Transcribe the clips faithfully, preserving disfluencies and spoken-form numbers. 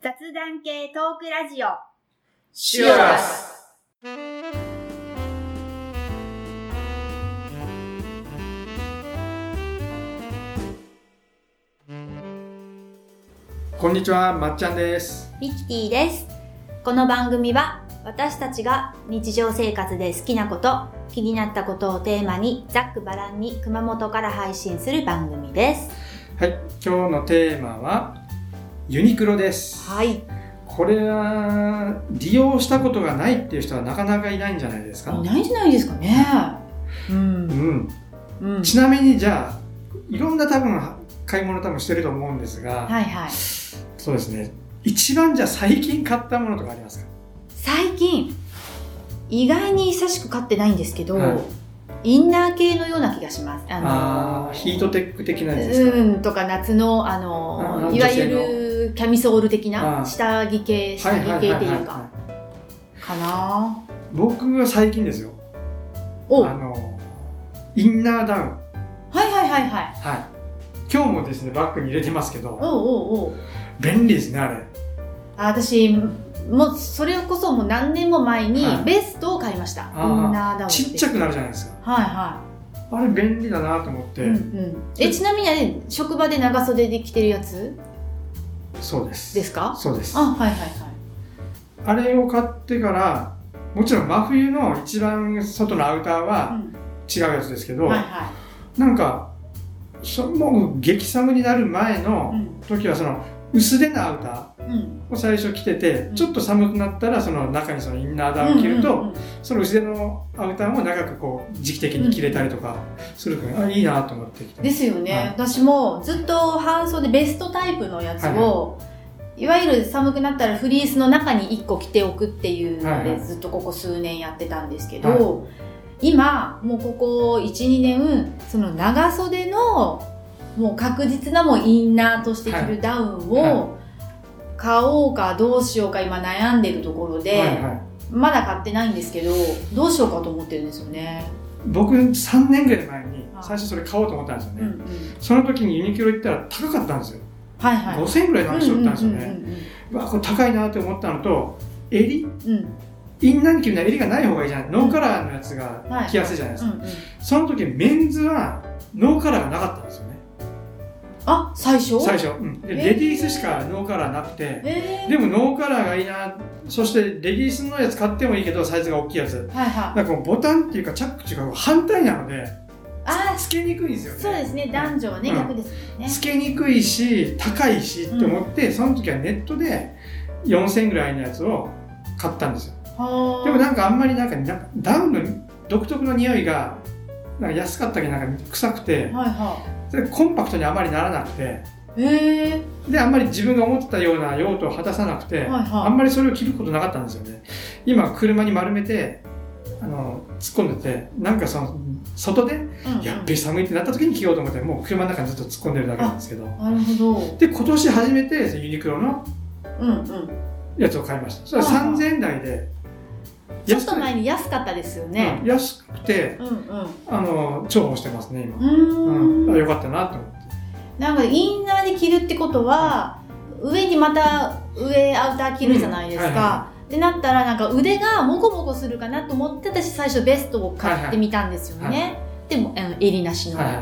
雑談系トークラジオシュアス。こんにちは、まっちゃんです。 ミキティです。この番組は私たちが日常生活で好きなこと、気になったことをテーマにざっくばらんに熊本から配信する番組です。 はい、今日のテーマはユニクロです。 はい。 これは利用したことがないっていう人はなかなかいないんじゃないですか。 いないんじゃないですかね。うん。 うんうん、ちなみにじゃあいろんな多分買い物多分してると思うんですが、 はいはい。 そうですね。一番じゃあ最近買ったものとかありますか？ 最近意外に久しく買ってないんですけど、はい、インナー系のような気がします。 あのー、あヒートテック的なやつですか？ うんとか夏のあのー、いわゆるキャミソール的な下着系下着系っていうかかな。 僕は最近ですよ。 おあのインナーダウン。 はいはいはいはい。 はい。今日もですねバッグに入れてますけど。 おうおうおう。 便利ですねあれ。 あ、私もうそれこそもう何年も前にベストを買いました。はい、インナーダウン。 ちっちゃくなるじゃないですか。 はいはい。 あれ便利だなと思って。うんうん、 えちなみにあれ職場で長袖で着てるやつ？ そうです。 ですか？ そうです。 あ、はいはいはい。あれを買ってからもちろん真冬の一番外のアウターは違うやつですけど、うんはいはい、なんかそもう激寒になる前の時はその薄手のアウターを最初着てて、うん、ちょっと寒くなったらその中にそのインナーダウンを着ると、うんうんうん、その薄手のアウターも長くこう時期的に着れたりとかするから、うん、あいいなと思ってきてですよね、はい、私もずっと半袖ベストタイプのやつを、はい、いわゆる寒くなったらフリースの中にいっこ着ておくっていうのでずっとここ数年やってたんですけど、はいはい、今もうここ いちにねんその長袖のもう確実なもうインナーとして着るダウンを買おうかどうしようか今悩んでるところで、はいはい、まだ買ってないんですけどどうしようかと思ってるんですよね。 僕さんねんぐらい前に最初それ買おうと思ったんですよね、うんうん、その時にユニクロ行ったら高かったんですよ、はいはい、ごせんえんぐらいの話しとったんですよね。わこれ高いなって思ったのと襟、うん、インナーに着るのは襟がない方がいいじゃない、ノーカラーのやつが着やすいじゃないですか、はいうんうん、その時メンズはノーカラーがなかったんですよね。 あ、最初最初、うん、でレディースしかノーカラーなくて、えー、でもノーカラーがいいな。そしてレディースのやつ買ってもいいけどサイズが大きいやつ、はいはい、だからこのボタンっていうかチャックっていうか反対なのであつけにくいんですよね。 そうですね、男女はね、うん、逆ですね。 つけにくいし高いしって思って、うん、その時はネットでよんせんえんぐらいのやつを買ったんですよ。でもなんかあんまりなんかダウンの独特の匂いがなんか安かったけどなんか臭くて、はいはい、それコンパクトにあまりならなくて、へであんまり自分が思ってたような用途を果たさなくて、はいはい、あんまりそれを着ることなかったんですよね。今車に丸めてあの突っ込んでてなんかその外で、うんうん、やっべ寒いってなった時に着ようと思ってもう車の中にずっと突っ込んでるだけなんですけど、 なるほど。 で今年初めてユニクロのやつを買いました。それはさんぜんえん台でちょっと前に安かったですよね、 うん、安くて、うんうん、あの重宝してますね今。うーん、うん、よかったなと思って。 なんかインナーで着るってことは、うん、上にまた上アウター着るじゃないですか、うんはいはい、でなったらなんか腕がモコモコするかなと思って私最初ベストを買ってみたんですよね、はいはい、でもあの襟なしの、はいはい、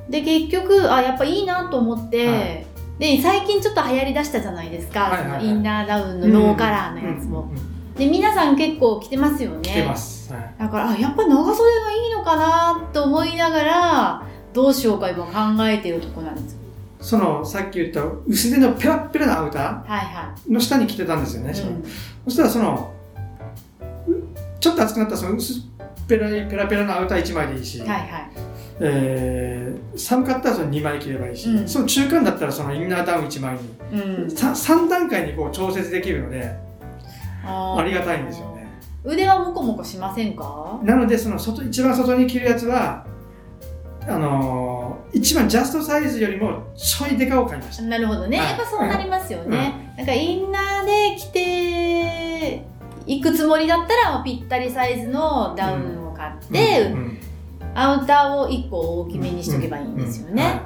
で結局あやっぱいいなと思って、はい、で最近ちょっと流行りだしたじゃないですか、はいはいはい、そのインナーダウンのノーカラーのやつも、うんうんうん、で皆さん結構着てますよね。 着てます、はい、 だからあやっぱ長袖がいいのかなと思いながらどうしようか今考えてるとこなんです。 そのさっき言った薄手のペラペラなアウターの下に着てたんですよね、はいはい、うん、そしたらそのちょっと暑くなったらその薄ペラペラペラのアウターいちまいでいいし、はいはいえー、寒かったらそのにまい着ればいいし、うん、その中間だったらそのインナーダウンいちまいに、うん、さん段階にこう調節できるので あ, ありがたいんですよね。 腕はモコモコしませんか？ なのでその外一番外に着るやつはあのー、一番ジャストサイズよりもちょいデカを買いました。 なるほどね、はい、やっぱそうなりますよね、うん、なんかインナーで着ていくつもりだったらぴったりサイズのダウンを買って、うんうんうん、アウターをいっこ大きめにしとけばいいんですよね。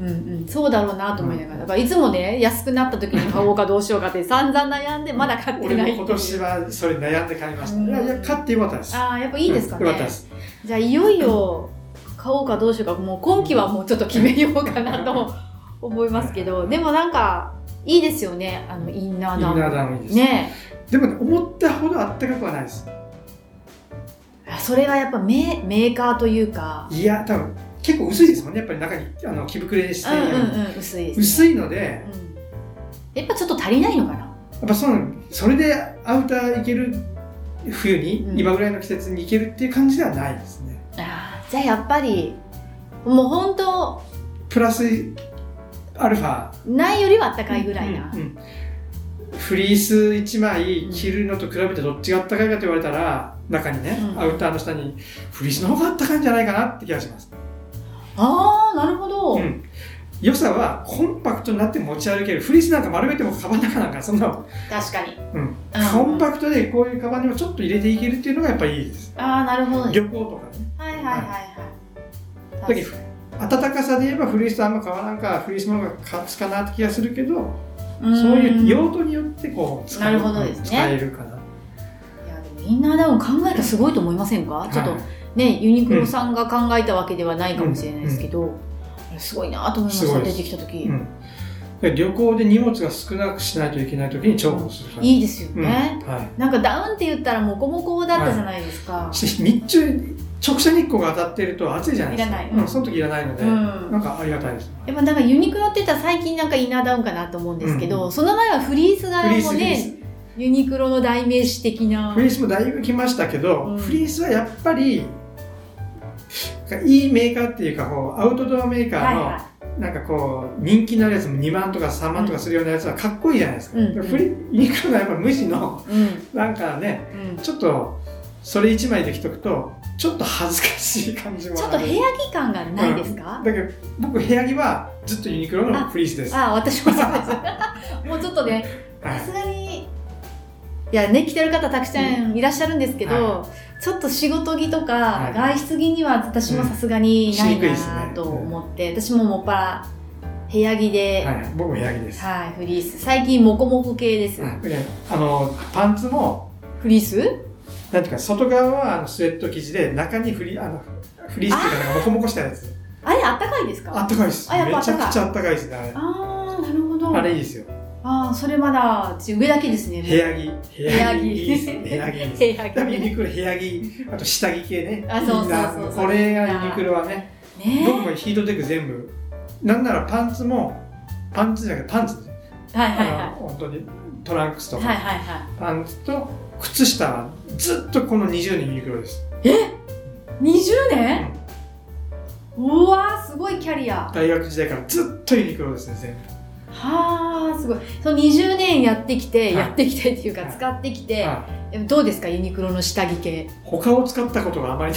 うんうん、そうだろうなと思いながら、うん、だからいつもね安くなった時に買おうかどうしようかって散々悩んでまだ買ってない。 俺も今年はそれ悩んで買いました、うん、いやいや買ってよかったです。 ああやっぱいいですかね、 うん、よかったです。 じゃあいよいよ買おうかどうしようか、もう今期はもうちょっと決めようかなと思いますけどでもなんかいいですよね、あのインナーダウン。 インナーダウンいいです、 ね、 でも、ね、思ったほどあったかくはないです。 それはやっぱ メ, メーカーというか、 いや多分結構薄いですもんね、やっぱり中にあの着膨れして、うんうんうん、 薄いです、ね、 薄いので、 うん、やっぱちょっと足りないのかな。やっぱそのそれでアウターいける冬に、うん、今ぐらいの季節にいけるっていう感じではないですね。 あ、じゃあやっぱりもう本当プラスアルファないよりはあったかいぐらいな、 うんうん、フリースいちまい着るのと比べてどっちがあったかいかと言われたら、中にね、うん、アウターの下にフリースの方があったかいんじゃないかなって気がします。 ああ、なるほど、うん、 良さはコンパクトになって持ち歩ける。フリースなんか丸めてもカバンの中なんかそんな、 確かに、 うん、コンパクトでこういうカバンにもちょっと入れていけるっていうのがやっぱりいいです。 ああ、なるほど、ね、 旅行とかね。 はいはいはいはい、 だけど暖かさで言えばフリースとあんま変わらんからフリースの方が勝つかなって気がするけど、そういう用途によってこう使える、なるほどですね、使えるかな。いやでもインナーダウン考えたらすごいと思いませんか、はい、ちょっとねユニクロさんが考えたわけではないかもしれないですけど、うんうん、すごいなと思いました。出てきた時、 うん、旅行で荷物が少なくしないといけない時に重宝する感じ、 いいですよね、うん、はい、なんかダウンって言ったらモコモコだったじゃないですか、はい、 日中直射日光が当たっていると暑いじゃないですか。いらない、うん、その時いらないので、うん、なんかありがたいです。 やっぱなんかユニクロって言ったら最近なんかインナーダウンかなと思うんですけど、うん、その前はフリース柄もねユニクロの代名詞的な。 フリースもだいぶ来ましたけど、うん、フリースはやっぱりいいメーカーっていうかこうアウトドアメーカーの、はいはい、なんかこう人気のあるやつもにまんとかさんまんとかするようなやつはかっこいいじゃないですか、うん、フリユニクロのやっぱ無地の、うん、なんかね、うん、ちょっとそれいちまいで着とくとちょっと恥ずかしい感じもある。 ちょっと部屋着感がないですか、 うん、だけど僕部屋着はずっとユニクロのフリースです。 ああ、私もそうですもうちょっとねさすがにいやね着てる方たくさんいらっしゃるんですけど、うんはい、ちょっと仕事着とか外出着には私もさすがにないなと思って、うんね、私ももっぱら部屋着で、 はい、僕も部屋着です、 はい、フリース最近モコモコ系です、はい、 あのパンツもフリースなんていうか外側はあのスウェット生地で中にフリあのフリースっていうかモコモコしたやつ。 あれあったかいですか？ あったかいです。あ、やっぱめちゃくちゃあったかいですね。あれ。 ああ、なるほど。 あれいいですよ。 ああ、それまだ上だけですね。 部屋着。 部屋着。 いいですね。部屋着です。部屋着。ユニクロ部屋着、あと下着系ね。 あ、そうそうそうそう。 これがユニクロはね。ね。僕もヒートテック全部。なんならパンツもパンツじゃなくてパンツですね。 はいはいはい。 本当にトランクスとか。 はいはいはい。 パンツと靴下はずっとこのにじゅうねんユニクロです。 え？にじゅうねん？うん、うわーすごいキャリア。 大学時代からずっとユニクロですね全部。 はあすごい。そのにじゅうねんやってきて、はい、やってきてっていうか使ってきて、はい、どうですかユニクロの下着系。 他を使ったことがあまりない。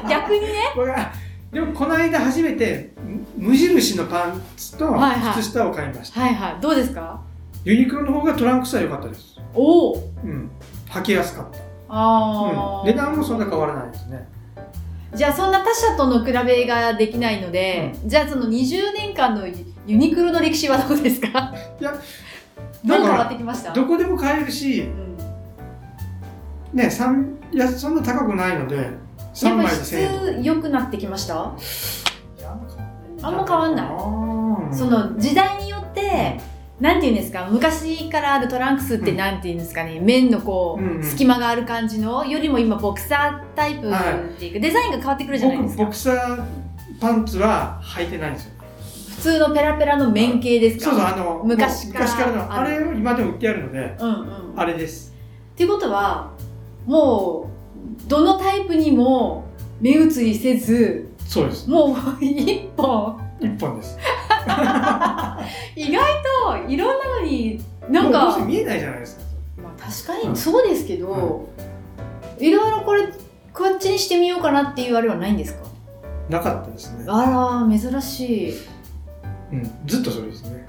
逆にね。 でもこの間初めて無印のパンツと靴下を買いました。 はいはい、はいはい、どうですか？ ユニクロの方がトランクスは良かったです。 おお、 うん、履きやすかった。 あ、 うん、値段もそんな変わらないですね。 じゃあそんな他社との比べができないので、うん、じゃあそのにじゅうねんかんのユニクロの歴史はどうですか？いや、どう変わってきました？ どこでも買えるし、うん、ね、さんいやそんな高くないのでさんまいでせんえん。 やっぱ質良くなってきました？あんま変わんない。その時代によって、うん、なんていうんですか、昔からあるトランクスってなんていうんですかね、うん、面のこう、うんうん、隙間がある感じのよりも今ボクサータイプっていうか、はい、デザインが変わってくるじゃないですか。 僕ボクサーパンツは履いてないんですよ。 普通のペラペラの面系ですか？ そうそう、あの昔から昔からのあれを今でも売ってあるので、うんうん、あれです。 っていうことはもうどのタイプにも目移りせず、 そうです。 もう一本一本です。 意外といろんなのになんかもうどうして見えないじゃないですか。 まあ確かにそうですけど、いろいろこれこっちにしてみようかなっていうあれはないんですか？ なかったですね。 あら珍しい。 うん、ずっとそれですね。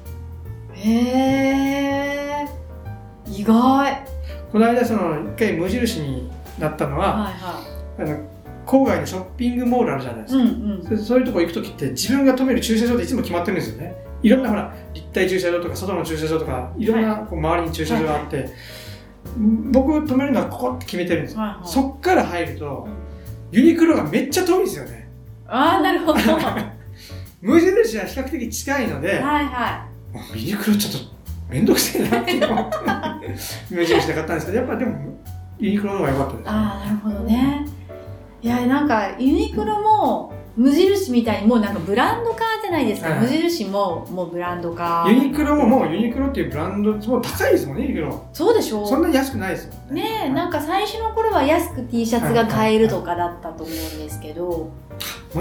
へー、意外。 この間その一回無印になったのは、はいはい、あの郊外のショッピングモールあるじゃないですか、うんうん、そういうとこ行くときって自分が止める駐車場っていつも決まってるんですよね。いろんなほら立体駐車場とか外の駐車場とかいろんなこう周りに駐車場があって、はいはい、僕止めるのはここって決めてるんですよ、はいはい、そっから入るとユニクロがめっちゃ遠いんですよね。 ああなるほど無印は比較的近いので、 はいはい、 ユニクロちょっとめんどくせえなって思って無印で買ったんですけど、やっぱでもユニクロの方が良かったです、ね、 ああなるほどね。いやなんかユニクロも無印みたいにもうなんかブランド化じゃないですか、はい、無印ももうブランド化。 ユニクロももうユニクロっていうブランドもう高いですもんね。ユニクロそうでしょう。 そんなに安くないですもんね。 ねえ、はい、なんか最初の頃は安く T シャツが買えるとかだったと思うんですけど、はいはいはい、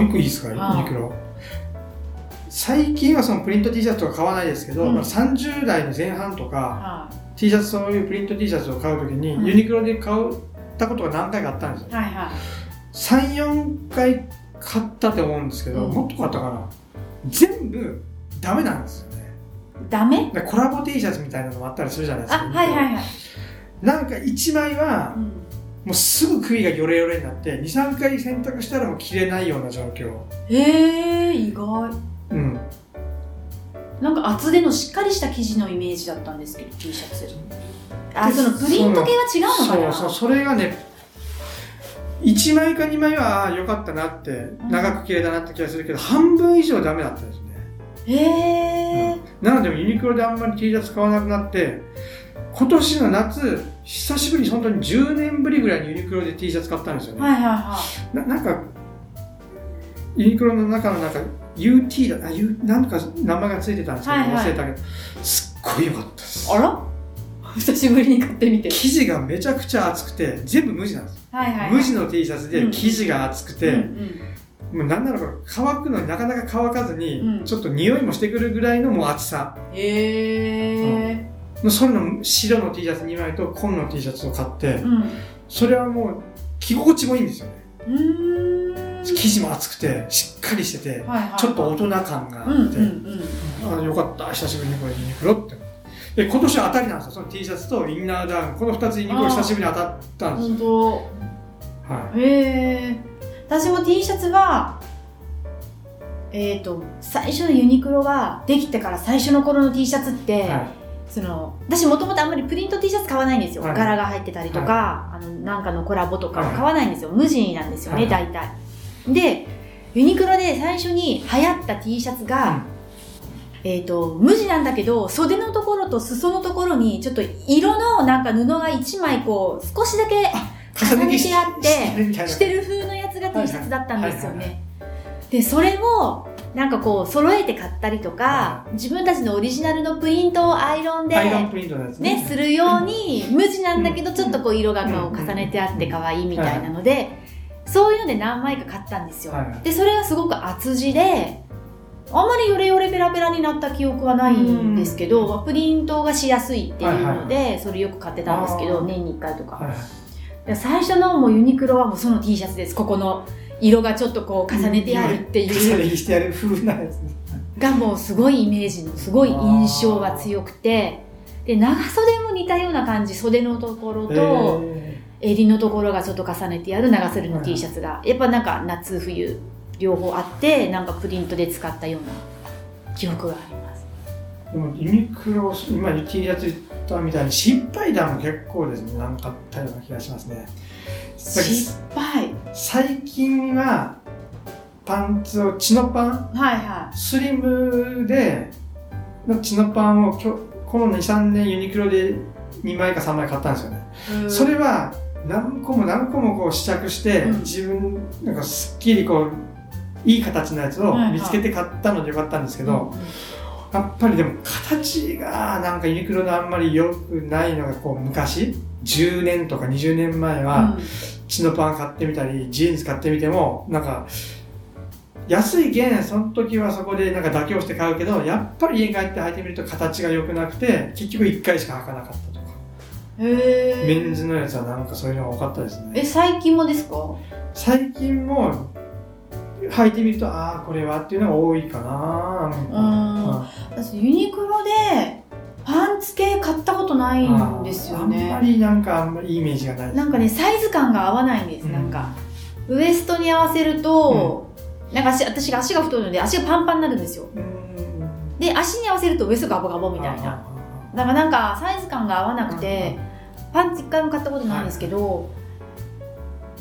もう一個いいですか、ユニクロ。最近はそのプリント T シャツとか買わないですけど、うんまあ、さんじゅう代の前半とか、はあ、T シャツそういうプリント T シャツを買うときに、うん、ユニクロで買ったことが何回かあったんですよ、はいはい、さん、よんかい買ったと思うんですけど、うん、もっと買ったかな。全部ダメなんですよね。 ダメ？ コラボ T シャツみたいなのもあったりするじゃないですか。 あ、はいはいはい。 なんかいちまいは、うん、もうすぐ首がヨレヨレになってに、さんかい洗濯したらもう着れないような状況。 へー、意外。 うん。 なんか厚手のしっかりした生地のイメージだったんですけど T シャツ。あ、そのプリント系は違うのかな。 そうそう、それがねいちまいかにまいは良かったなって長く着れたなって気がするけど、うん、半分以上ダメだったんですね。 へー、 うん、なのでユニクロであんまり T シャツ買わなくなって、今年の夏久しぶりに本当にじゅうねんぶりぐらいにユニクロで T シャツ買ったんですよね。 はいはいはい。 な, なんかユニクロの中のなんか ユーティー だあ、U、なんか名前がついてたんですけど、はいはい、忘れたけどすっごい良かったです。 あら久しぶりに買ってみて。 生地がめちゃくちゃ厚くて全部無地なんです、はいはいはい、無地の T シャツで生地が厚くて、うんうん、もうなんなら乾くのになかなか乾かずに、うん、ちょっと匂いもしてくるぐらいのもう厚さ。 へー、 うん、それの白の T シャツにまいと紺の T シャツを買って、うん、それはもう着心地もいいんですよね。うーん、生地も厚くてしっかりしてて、はいはいはい、ちょっと大人感があって、うんうんうん、あよかった久しぶりにこれユニクロってで今年は当たりなんですよ。その T シャツとインナーダウンこのふたつユニクロ久しぶりに当たったんですよ。 本当、はい、へー。私も T シャツはえーと最初のユニクロができてから最初の頃の T シャツって、はい、その私もともとあんまりプリント T シャツ買わないんですよ、はい、柄が入ってたりとか、はい、あのなんかのコラボとか買わないんですよ、はい、無地なんですよね、はい、大体でユニクロで最初に流行った T シャツが、うんえーと、無地なんだけど袖のところと裾のところにちょっと色のなんか布がいちまいこう少しだけ重ねてあってしてる風のやつが T シャツだったんですよね。でそれをなんかこう揃えて買ったりとか、はい、自分たちのオリジナルのプリントをアイロンで、ねね、するように無地なんだけどちょっとこう色がこう重ねてあって可愛いみたいなのでそういうので何枚か買ったんですよ。でそれがすごく厚地であんまりヨレヨレペラペラになった記憶はないんですけど、うん、プリントがしやすいっていうので、はいはい、それよく買ってたんですけど年にいっかいとか、はい、最初のもうユニクロはもうその T シャツです。ここの色がちょっとこう重ねてあるっていう、 重ねしてある風なやつがもうすごいイメージのすごい印象が強くてで長袖も似たような感じ。袖のところと襟のところがちょっと重ねてある長袖の T シャツがやっぱなんか夏冬両方あってなんかプリントで使ったような記憶があります。 でもユニクロ今 T シャツ言ったみたいに失敗談も結構ですねなんかあったような気がしますね。 失敗最近はパンツをチノパン、はいはい、スリムでのチノパンをきょこの にさんねんユニクロでにまいかさんまい買ったんですよね。それは何個も何個もこう試着して、うん、自分なんかすっきりこういい形のやつを見つけて買ったのでよかったんですけど、はいはい、やっぱりでも形がなんかユニクロのあんまり良くないのがこう昔じゅうねんとかにじゅうねんまえは、うん、チノパン買ってみたりジーンズ買ってみてもなんか安いけんその時はそこでなんか妥協して買うけどやっぱり家に帰って履いてみると形が良くなくて結局いっかいしか履かなかったとか。 へー。 メンズのやつはなんかそういうのが多かったですね。 え最近もですか？ 最近も履いてみるとああこれはっていうのが多いかな。 うん、私ユニクロでパンツ系買ったことないんですよね。 あんまりなんかあんまりいいイメージがないです、ね、 なんかねサイズ感が合わないんです、うん、なんかウエストに合わせると、うん、なんか足私が足が太いので足がパンパンになるんですよ。うんで足に合わせるとウエストガボガボみたいな。だからなんかサイズ感が合わなくてパンツ一回も買ったことないんですけど、はい、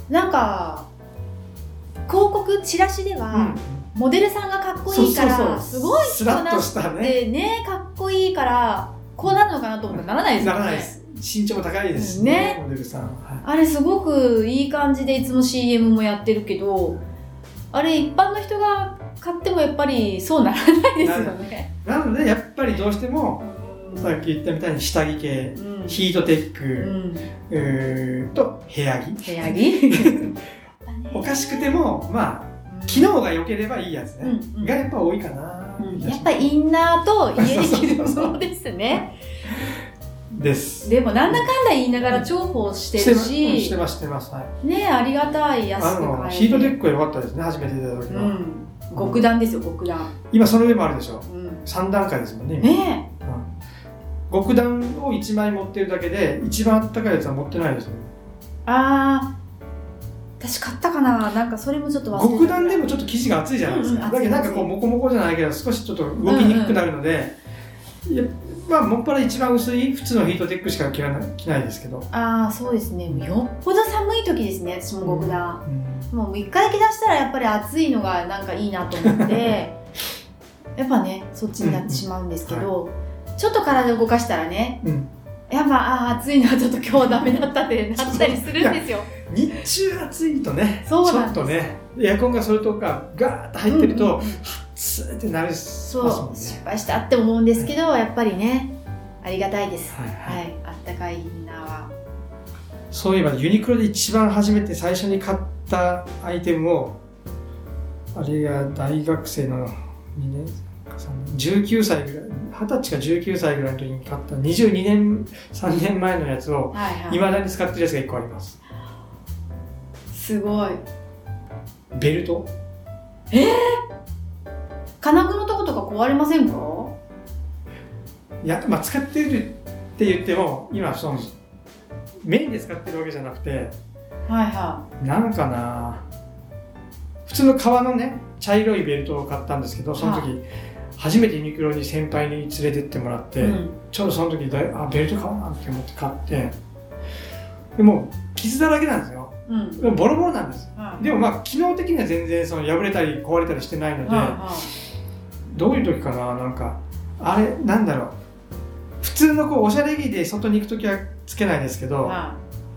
なんか広告チラシでは、うんモデルさんがかっこいいからすごい人なってねかっこいいからこうなるのかなと思ったらならないですよね。 ならないです。身長も高いですね、ねモデルさん、はい、 あれすごくいい感じでいつも シーエム もやってるけどあれ一般の人が買ってもやっぱりそうならないですよね。 なのでやっぱりどうしても、うん、さっき言ったみたいに下着系、うん、ヒートテック、うん、と部屋着部屋着おかしくてもまあ機能が良ければいいやつね、うんうん、がやっぱ多いかな、 うん、やっぱインナーと家で着るものですねです。 でもなんだかんだ言いながら重宝してるししてますしてます、はい、 ねありがたい安く買える。 ヒートテックが良かったですね初めて出た時は、うん、 極暖ですよ極暖。 今その上もあるでしょ、うん、さん段階ですもんねねえ、 うん、極暖をいちまい持ってるだけで一番あったかいやつは持ってないですよね。 ああ私買ったかななんかそれもちょっと忘れて極暖でもちょっと生地が厚いじゃないですか、うんうん、だけどなんかこうモコモコじゃないけど少しちょっと動きにくくなるので、うんうん、いやまあもっぱら一番薄い普通のヒートテックしか着ない、着ないですけど。ああそうですねよっぽど寒い時ですね私も極暖、うんうん、もう一回着出したらやっぱり暑いのがなんかいいなと思ってやっぱねそっちになってしまうんですけど、うんうんはい、ちょっと体を動かしたらね、うんやっぱあ暑いのはちょっと今日はダメだったってなったりするんですよ。 日中暑いとねちょっとねエアコンがそれとかガーッと入ってると、うんうん、暑いってなるそうますもんね。失敗したって思うんですけど、はい、やっぱりねありがたいです、はいはいはい、あったかいインナーは。 そういえばユニクロで一番初めて最初に買ったアイテムをあれが大学生のにねんじゅうきゅうさいぐらいはたちかじゅうきゅうさいぐらいの時に買ったにじゅうにねんさんねんまえのやつをいまだに使ってるやつがいっこあります。 すごい。 ベルトえー、金具のとことか壊れませんか？ いや、まあ、使ってるって言っても今そのメインで使ってるわけじゃなくて、 はいはい、なんかな普通の革のね茶色いベルトを買ったんですけどその時、はい初めてユニクロに先輩に連れてってもらって、うん、ちょうどその時だあベルト買おうなって思って買ってでも傷だらけなんですよ、うん、でもボロボロなんです、うん、でもまあ機能的には全然その破れたり壊れたりしてないので、うん、どういう時かななんかあれなんだろう普通のこうおしゃれ着で外に行く時はつけないですけど、うん、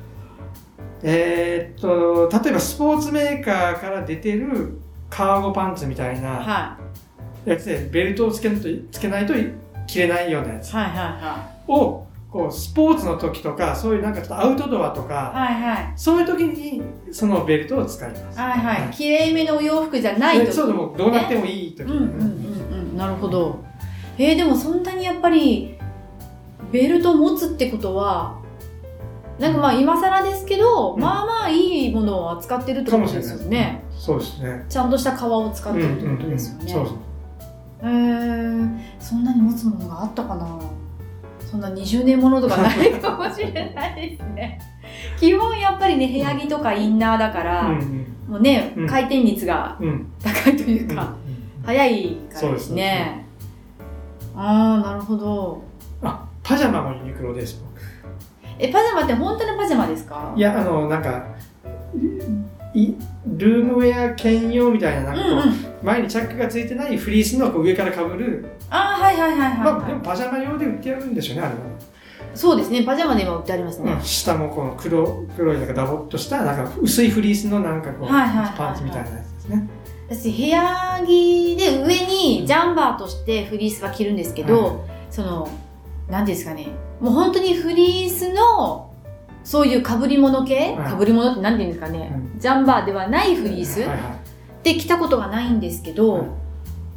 えー、っと例えばスポーツメーカーから出てるカーゴパンツみたいな、はいやつでベルトをつけないと、つけないと着れないようなやつ、はいはいはい、をこうスポーツの時とかそういうなんかちょっとアウトドアとか、はいはい、そういう時にそのベルトを使います。 はいはい。はい、きれいめのお洋服じゃない時、 そうでもどうなってもいい時、ね、うんうんうんうんなるほど。えー、でもそんなにやっぱりベルトを持つってことはなんかまあ今更ですけど、うん、まあまあいいものを扱ってるってことですよね。 そうですね。 ちゃんとした革を使ってるってことですよね。うんうんうん、そうそう。えー、そんなに持つものがあったかな。そんなにじゅうねんものとかないかもしれないですね。基本やっぱりね部屋着とかインナーだから、うんうん、もうね、うん、回転率が高いというか、うん、早いからですね。ああなるほど。 あパジャマもユニクロです。 えパジャマって本当のパジャマですか？ いやあのなんかいルームウェア兼用みたいななんかこう、うんうん、前にチャックがついてないフリースのこう上からかぶるああはいはいはいはい、はいまあ、 でもパジャマ用で売ってあるんでしょうねあれは。 そうですねパジャマで今売ってありますね、うん、 下もこの 黒, 黒いなんかダボっとしたなんか薄いフリースのなんかこう、はいはいはいはい、パンツみたいなやつですね。 私部屋着で上にジャンバーとしてフリースは着るんですけど、はい、その何ですかねもう本当にフリースのそういう被り物系、はい、被り物って何て言うんですかね、はい、ジャンバーではないフリース、はいはい、で着たことがないんですけど、はい、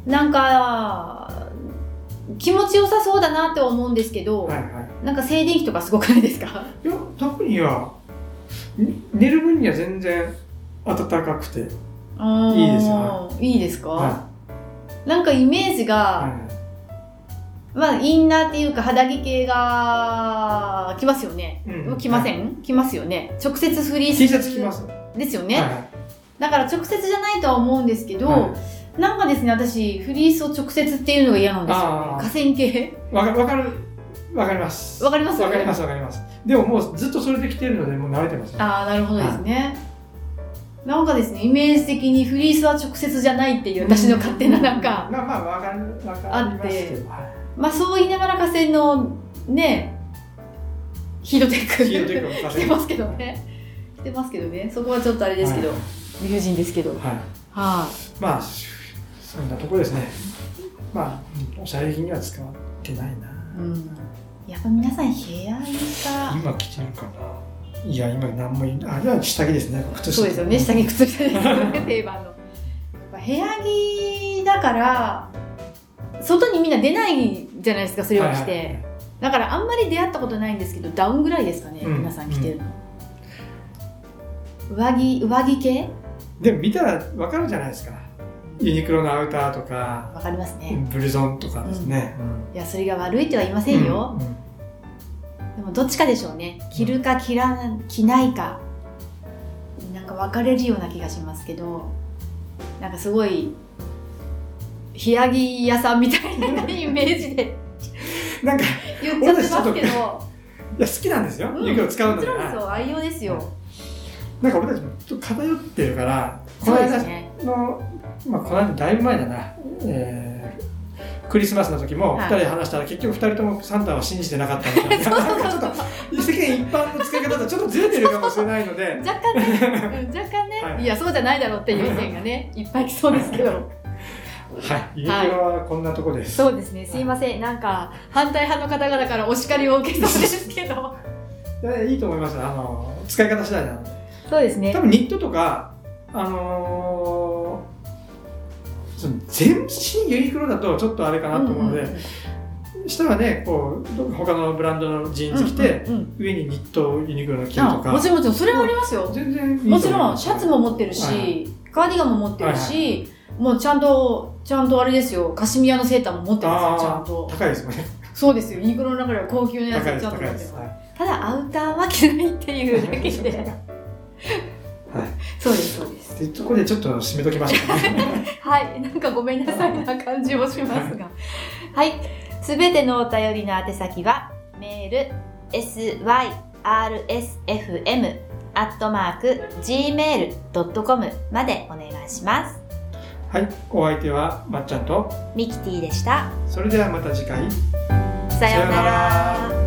なんか気持ちよさそうだなって思うんですけど、はいはい、なんか静電気とかすごくないですか？ いや特には寝る分には全然暖かくていいですよ。 いいですか、はい、なんかイメージが、はいまあ、インナーっていうか肌着系が着ますよね、うん、着ません、はい、着ますよね直接フリース T シャツ着ますですよね、はい、 だから直接じゃないとは思うんですけど、 はなんかですね、私フリースを直接っていうのが嫌なんですよね。 あー河川系わかわかるわかりますわかりますわかりますわかります。でももうずっとそれで来てるのでもう慣れてます、ね、 ああ、なるほどですね、なんかですね、イメージ的にフリースは直接じゃないっていう私の勝手ななんか、 まあまあわかるわかりますけど、はい、 まあそう言いながら河川のねヒートテックヒートテックも河川してますけどねしてますけどね、そこはちょっとあれですけど、 はい、 理不尽ですけど、はい、 はい、まあそんなところですね。まあおしゃれ着には使わってないな、 うん、やっぱ皆さん部屋着か今着てるかな。いや今何も言う、あれは下着ですね。靴下。 そうですよね、下着靴下ですよね定番の。やっぱ部屋着だから外にみんな出ないじゃないですか、それを着て、はいはい、だからあんまり出会ったことないんですけど、ダウンぐらいですかね、うん、皆さん着てるの、うん、上着上着系でも見たら分かるじゃないですか。ユニクロのアウターとか分かりますね、 ブルゾンとかですね、 うん、いやそれが悪いとは言いませんよ、うんうん、でもどっちかでしょうね。着るか着ら着ないかなんか分かれるような気がしますけど、なんかすごい部屋着屋さんみたいなイメージでなんか言っちゃってますけど、いや好きなんですよ、ユニクロ使うので、 もちろんそう、愛用ですよ、 なんか俺たちもちょっと偏ってるから、この間の、まあこの間だいぶ前だな、えー、クリスマスの時もふたりで話したら、はい、結局ふたりともサンタは信じてなかったので、なんかちょっと世間一般の使い方とちょっとずれてるかもしれないので若干ね、若干ね、はい、いやそうじゃないだろうっていう意見がねいっぱい来そうですけどはい、 ユニクロはこんなとこです、 はい、そうですね、すいません、なんか反対派の方々からお叱りを受けそうですけどいやいいと思います。あの使い方次第なので。 そうですね、 多分ニットとか、あのー、その全身ユニクロだとちょっとあれかなと思うので、うんうんうん、下はねこう他のブランドのジーンズ着て、うんうんうん、上にニットユニクロの着るとか、 もちろんもちろんそれはありますよ。 全然いいと思います。 もちろんシャツも持ってるし、はい、カーディガンも持ってるし、はいはい、もうちゃんとちゃんとあれですよ、カシミヤのセーターも持ってますよ、ちゃんと。 高いですもんね。 そうですよ、ユニクロの中では高級なやつをちゃんと持ってます。はい、ただアウターは着ないっていうだけではい、そうですそうです。 でそこでちょっと締めときましたねはい、なんかごめんなさいな感じもしますがはい、すべてのお便りの宛先はメール エスワイアールエスエフエム アットマーク ジーメール ドットコム までお願いします。 はい、お相手はまっちゃんとミキティでした。 それではまた次回、 さようなら。